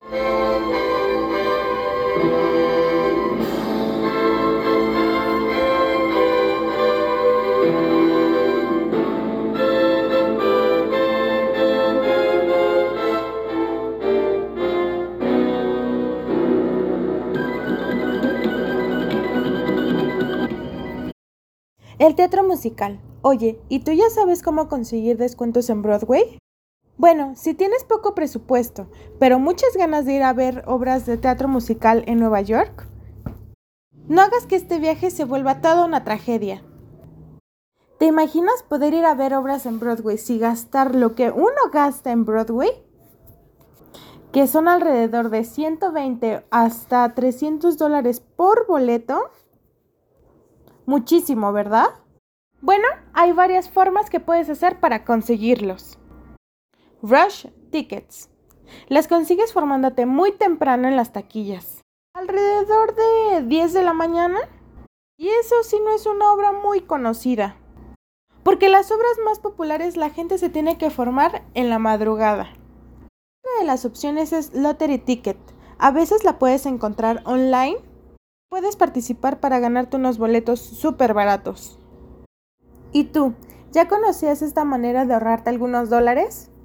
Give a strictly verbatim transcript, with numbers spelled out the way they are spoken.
El teatro musical. Oye, ¿y tú ya sabes cómo conseguir descuentos en Broadway? Bueno, si tienes poco presupuesto, pero muchas ganas de ir a ver obras de teatro musical en Nueva York, no hagas que este viaje se vuelva toda una tragedia. ¿Te imaginas poder ir a ver obras en Broadway sin gastar lo que uno gasta en Broadway? Que son alrededor de ciento veinte hasta trescientos dólares por boleto. Muchísimo, ¿verdad? Bueno, hay varias formas que puedes hacer para conseguirlos. Rush Tickets. Las consigues formándote muy temprano en las taquillas, alrededor de diez de la mañana. Y eso sí no es una obra muy conocida, porque las obras más populares la gente se tiene que formar en la madrugada. Una de las opciones es Lottery Ticket. A veces la puedes encontrar online. Puedes participar para ganarte unos boletos súper baratos. ¿Y tú, ya conocías esta manera de ahorrarte algunos dólares?